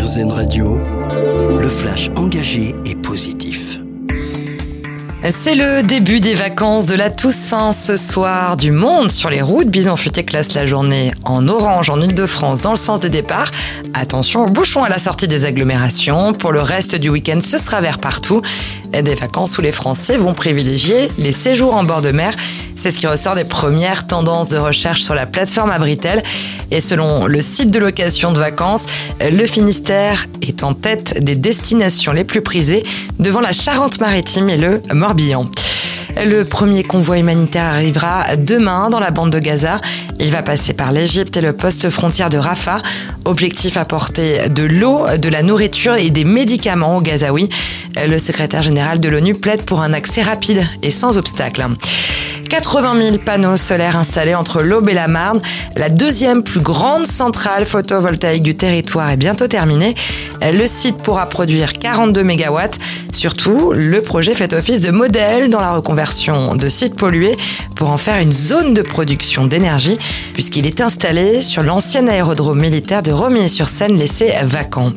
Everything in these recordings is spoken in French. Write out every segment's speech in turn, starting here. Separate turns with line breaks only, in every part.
RZN Radio, le flash engagé et positif.
C'est le début des vacances de la Toussaint ce soir. Du monde sur les routes. Bison Futé classe la journée en orange en Ile-de-France dans le sens des départs. Attention aux bouchons à la sortie des agglomérations. Pour le reste du week-end, ce sera vert partout. Des vacances où les Français vont privilégier les séjours en bord de mer. C'est ce qui ressort des premières tendances de recherche sur la plateforme Abritel. Et selon le site de location de vacances, le Finistère est en tête des destinations les plus prisées devant la Charente-Maritime et le Morbihan. Le premier convoi humanitaire arrivera demain dans la bande de Gaza. Il va passer par l'Égypte et le poste frontière de Rafah. Objectif apporter de l'eau, de la nourriture et des médicaments aux Gazaouis. Le secrétaire général de l'ONU plaide pour un accès rapide et sans obstacle. 80 000 panneaux solaires installés entre l'Aube et la Marne. La deuxième plus grande centrale photovoltaïque du territoire est bientôt terminée. Le site pourra produire 42 MW. Surtout, le projet fait office de modèle dans la reconversion de sites pollués pour en faire une zone de production d'énergie, puisqu'il est installé sur l'ancien aérodrome militaire de Romilly-sur-Seine laissé vacant.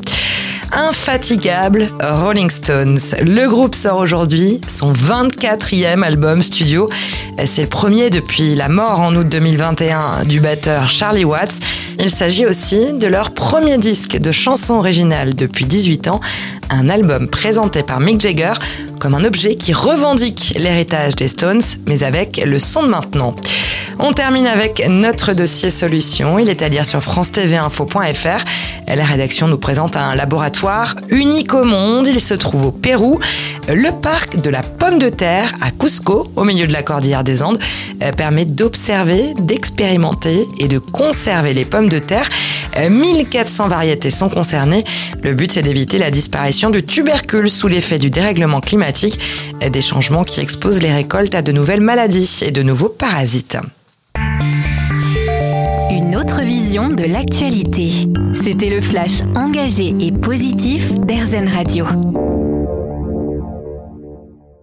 Infatigable Rolling Stones. Le groupe sort aujourd'hui son 24e album studio. C'est le premier depuis la mort en août 2021 du batteur Charlie Watts. Il s'agit aussi de leur premier disque de chansons originales depuis 18 ans. Un album présenté par Mick Jagger comme un objet qui revendique l'héritage des Stones, mais avec le son de maintenant. On termine avec notre dossier solution. Il est à lire sur france-tv-info.fr. La rédaction nous présente un laboratoire unique au monde. Il se trouve au Pérou. Le parc de la pomme de terre à Cusco, au milieu de la cordillère des Andes, permet d'observer, d'expérimenter et de conserver les pommes de terre. 1400 variétés sont concernées. Le but, c'est d'éviter la disparition du tubercule sous l'effet du dérèglement climatique, des changements qui exposent les récoltes à de nouvelles maladies et de nouveaux parasites.
Une autre vision de l'actualité. C'était le flash engagé et positif d'RZN Radio.